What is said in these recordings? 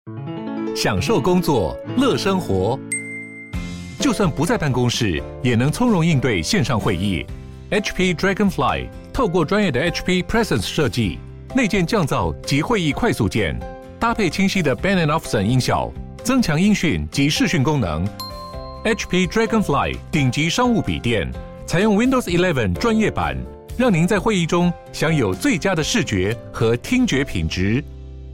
享受工作，乐生活。就算不在办公室，也能从容应对线上会议。HP Dragonfly 透过专业的 HP Presence 设计，内建降噪及会议快速键，搭配清晰的 Bang & Olufsen 音效，增强音讯及视讯功能。HP Dragonfly 顶级商务笔电，采用 Windows 11专业版，让您在会议中享有最佳的视觉和听觉品质。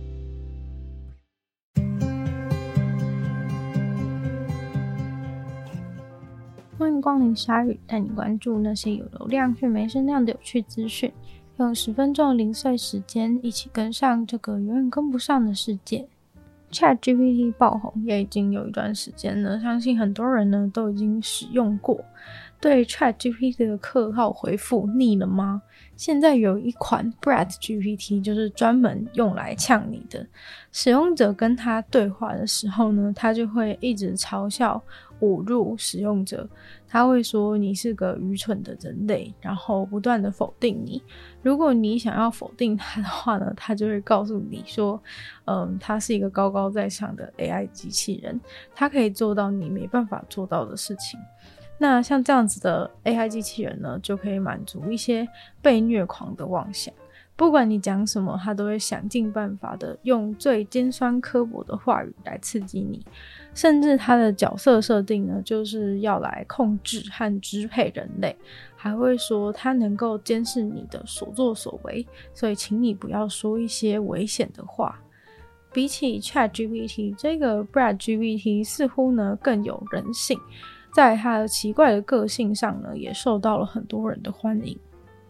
欢迎光临鲨鱼，带你关注那些有流量却没声量的有趣资讯，用10分钟的零碎时间，一起跟上这个永远跟不上的世界。ChatGPT 爆红也已经有一段时间了，相信很多人呢都已经使用过。对 ChatGPT 的客号回复腻了吗？现在有一款 BratGPT 就是专门用来呛你的。使用者跟他对话的时候呢，他就会一直嘲笑侮辱使用者，他会说你是个愚蠢的人类，然后不断的否定你。如果你想要否定他的话呢，他就会告诉你说他是一个高高在上的 AI 机器人，他可以做到你没办法做到的事情。那像这样子的 AI 机器人呢，就可以满足一些被虐狂的妄想，不管你讲什么，他都会想尽办法的用最尖酸刻薄的话语来刺激你，甚至他的角色设定呢，就是要来控制和支配人类，还会说他能够监视你的所作所为，所以请你不要说一些危险的话。比起 ChatGPT， 这个 BratGPT 似乎呢更有人性，在他的奇怪的个性上呢，也受到了很多人的欢迎。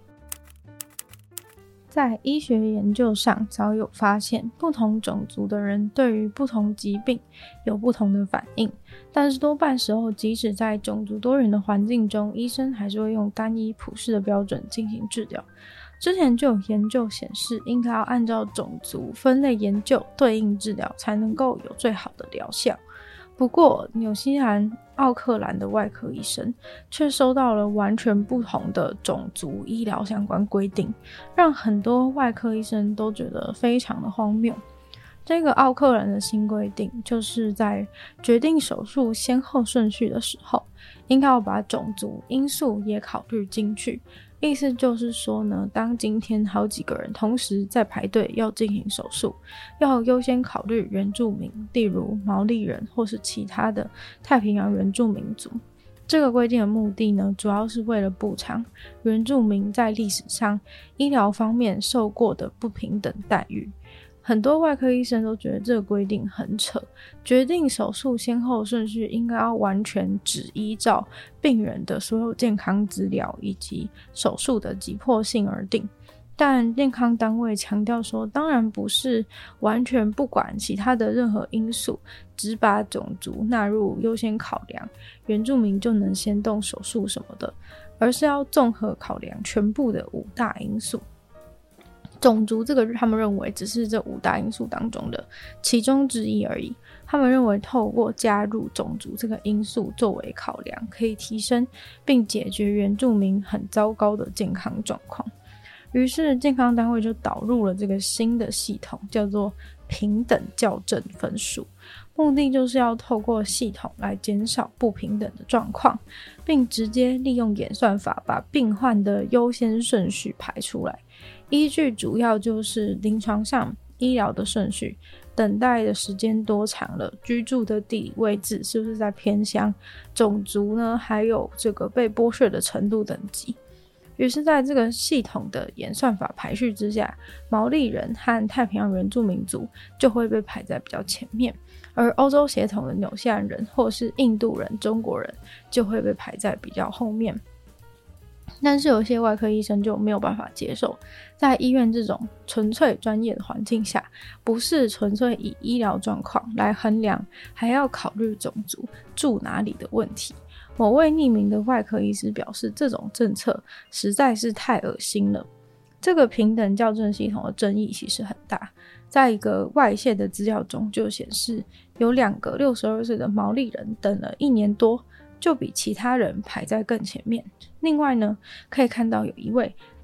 在医学研究上早有发现，不同种族的人对于不同疾病有不同的反应，但是多半时候，即使在种族多元的环境中，医生还是会用单一普世的标准进行治疗。之前就有研究显示，应该要按照种族分类研究对应治疗，才能够有最好的疗效。不过纽西兰奥克兰的外科医生却收到了完全不同的种族医疗相关规定，让很多外科医生都觉得非常的荒谬。这个奥克兰的新规定就是在决定手术先后顺序的时候，应该要把种族因素也考虑进去。意思就是说呢，当今天好几个人同时在排队要进行手术，要优先考虑原住民，例如毛利人或是其他的太平洋原住民族。这个规定的目的呢，主要是为了补偿原住民在历史上医疗方面受过的不平等待遇。很多外科医生都觉得这个规定很扯，决定手术先后顺序应该要完全只依照病人的所有健康资料以及手术的急迫性而定。但健康单位强调说，当然不是完全不管其他的任何因素，只把种族纳入优先考量，原住民就能先动手术什么的，而是要综合考量全部的5大因素。种族这个他们认为只是这5大因素当中的其中之一而已，他们认为透过加入种族这个因素作为考量，可以提升并解决原住民很糟糕的健康状况。于是健康单位就导入了这个新的系统，叫做平等校正分数，目的就是要透过系统来减少不平等的状况，并直接利用演算法把病患的优先顺序排出来。依据主要就是临床上医疗的顺序，等待的时间多长了，居住的地理位置是不是在偏乡，种族呢，还有这个被剥削的程度等级。于是在这个系统的演算法排序之下，毛利人和太平洋原住民族就会被排在比较前面，而欧洲血统的纽西兰人或是印度人、中国人就会被排在比较后面。但是有些外科医生就没有办法接受，在医院这种纯粹专业的环境下，不是纯粹以医疗状况来衡量，还要考虑种族住哪里的问题。某位匿名的外科医师表示，这种政策实在是太恶心了。这个平等校正系统的争议其实很大，在一个外泄的资料中就显示，有2个62岁的毛利人等了1年多，就比其他人排在更前面。另外呢，可以看到有一位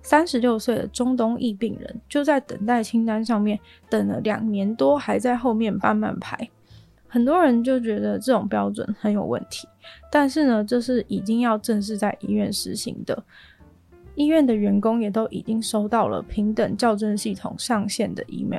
36岁的中东裔病人就在等待清单上面等了2年多，还在后面慢慢排。很多人就觉得这种标准很有问题，但是呢，这是已经要正式在医院实行的。医院的员工也都已经收到了平等校正系统上线的 email。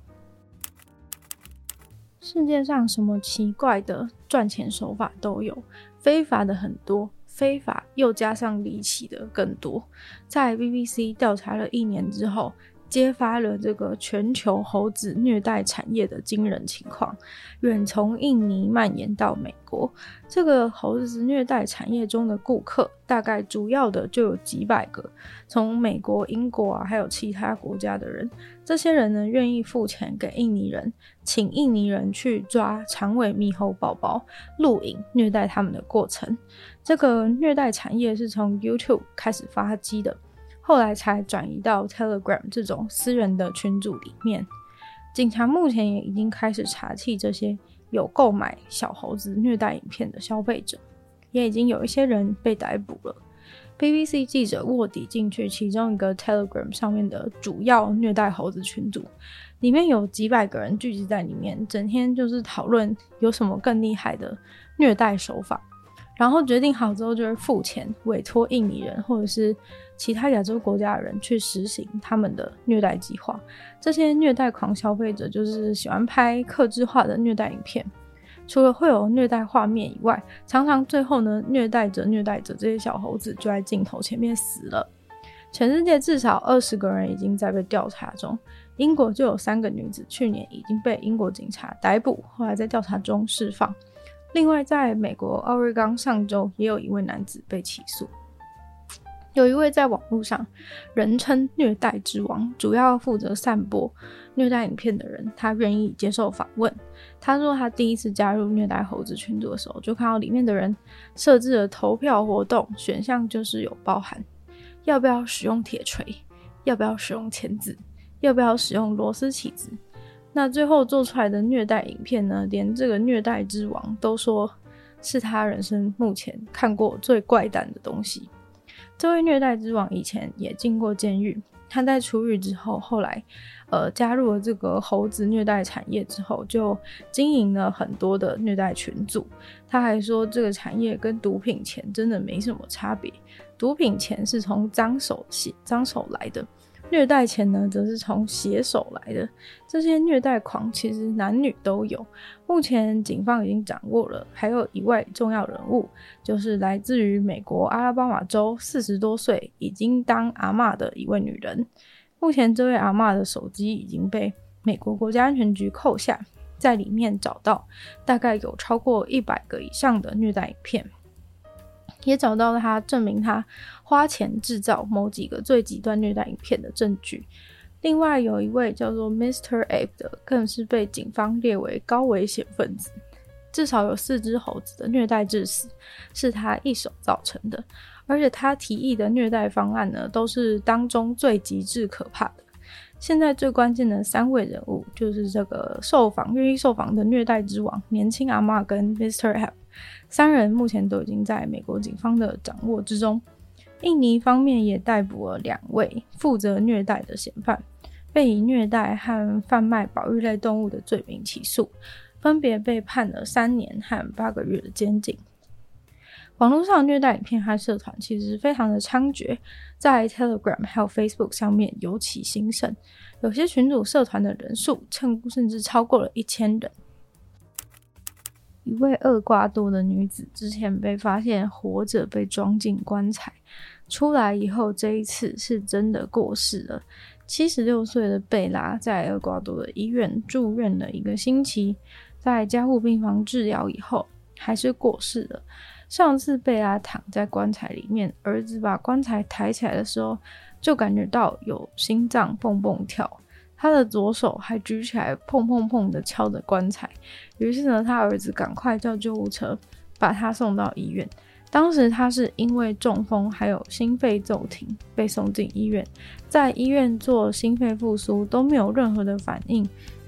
世界上什么奇怪的赚钱手法都有，非法的很多，非法又加上离奇的更多。在 BBC 调查了1年之后，揭发了这个全球猴子虐待产业的惊人情况，远从印尼蔓延到美国。这个猴子虐待产业中的顾客大概主要的就有几百个，从美国、英国还有其他国家的人。这些人呢，愿意付钱给印尼人，请印尼人去抓长尾猕猴宝宝，录影虐待他们的过程。这个虐待产业是从 YouTube 开始发迹的，后来才转移到 Telegram 这种私人的群组里面。警察目前也已经开始查缉这些有购买小猴子虐待影片的消费者，也已经有一些人被逮捕了。BBC 记者卧底进去其中一个 Telegram 上面的主要虐待猴子群组，里面有几百个人聚集在里面，整天就是讨论有什么更厉害的虐待手法，然后决定好之后就会付钱委托印尼人或者是其他亚洲国家的人去实行他们的虐待计划。这些虐待狂消费者就是喜欢拍客制化的虐待影片，除了会有虐待画面以外，常常最后呢，虐待者这些小猴子就在镜头前面死了。全世界至少20个人已经在被调查中，英国就有3个女子去年已经被英国警察逮捕，后来在调查中释放。另外在美国奥瑞冈上周也有一位男子被起诉。有一位在网络上人称虐待之王，主要负责散播虐待影片的人，他愿意接受访问。他说他第一次加入虐待猴子群组的时候，就看到里面的人设置了投票活动，选项就是有包含要不要使用铁锤，要不要使用钳子，要不要使用螺丝起子。那最后做出来的虐待影片呢，连这个虐待之王都说是他人生目前看过最怪诞的东西。这位虐待之王以前也进过监狱，他在出狱之后，后来加入了这个猴子虐待产业之后，就经营了很多的虐待群组。他还说这个产业跟毒品钱真的没什么差别，毒品钱是从脏手来的，虐待钱呢则是从血手来的。这些虐待狂其实男女都有，目前警方已经掌握了。还有一位重要人物，就是来自于美国阿拉巴马州40多岁已经当阿嬷的一位女人。目前这位阿嬷的手机已经被美国国家安全局扣下，在里面找到大概有超过100个以上的虐待影片，也找到他证明他花钱制造某几个最极端虐待影片的证据。另外有一位叫做 Mr. Ape 的，更是被警方列为高危险分子，至少有4只猴子的虐待致死是他一手造成的，而且他提议的虐待方案呢，都是当中最极致可怕的。现在最关键的3位人物，就是这个愿意受访的虐待之王、年轻阿嬷跟 Mr. Ape， 3人目前都已经在美国警方的掌握之中。印尼方面也逮捕了2位负责虐待的嫌犯，被以虐待和贩卖保育类动物的罪名起诉，分别被判了3年和8个月的监禁。网络上虐待影片和社团其实非常的猖獗，在 Telegram 还有 Facebook 上面尤其兴盛，有些群组社团的人数甚至超过了1000人。一位厄瓜多的女子之前被发现活着被装进棺材，出来以后这一次是真的过世了。76岁的贝拉在厄瓜多的医院住院了1个星期，在加护病房治疗以后还是过世了。上次贝拉躺在棺材里面，儿子把棺材抬起来的时候，就感觉到有心脏蹦蹦跳，他的左手还举起来砰砰砰的敲着棺材。于是呢，他儿子赶快叫救护车把他送到医院。当时他是因为中风还有心肺骤停被送进医院，在医院做心肺复苏都没有任何的反应，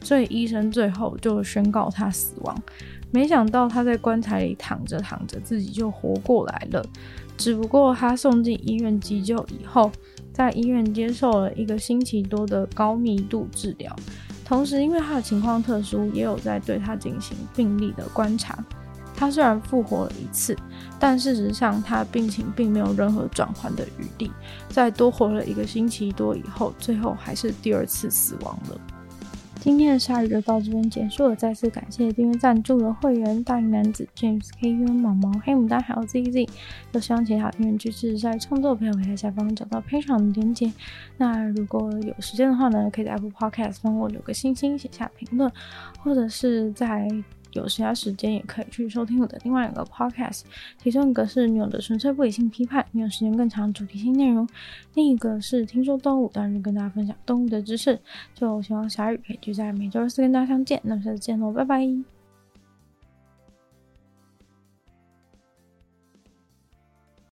所以医生最后就宣告他死亡。没想到他在棺材里躺着躺着自己就活过来了，只不过他送进医院急救以后，在医院接受了1个星期多的高密度治疗，同时因为他的情况特殊，也有在对他进行病历的观察。他虽然复活了1次，但事实上他的病情并没有任何转圜的余地，在多活了1个星期多以后，最后还是第2次死亡了。今天的鲨鱼就到这边结束了，再次感谢订阅赞助的会员大龄男子 James、KU、毛毛、黑牡丹还有 ZZ， 有希望其他愿意支持在创作的朋友可以在下方找到Patreon的连结。那如果有时间的话呢，可以在 Apple Podcast 帮我留个星星，写下评论，或者是在有其他时间也可以去收听我的另外2个 podcast， 其中一个是女友的纯粹不理性批判，没有时间更长主题性内容，另一个是听说动物，当然跟大家分享动物的知识。就希望鲨鱼可以就在每周4跟大家相见，那么下次见喽，拜拜。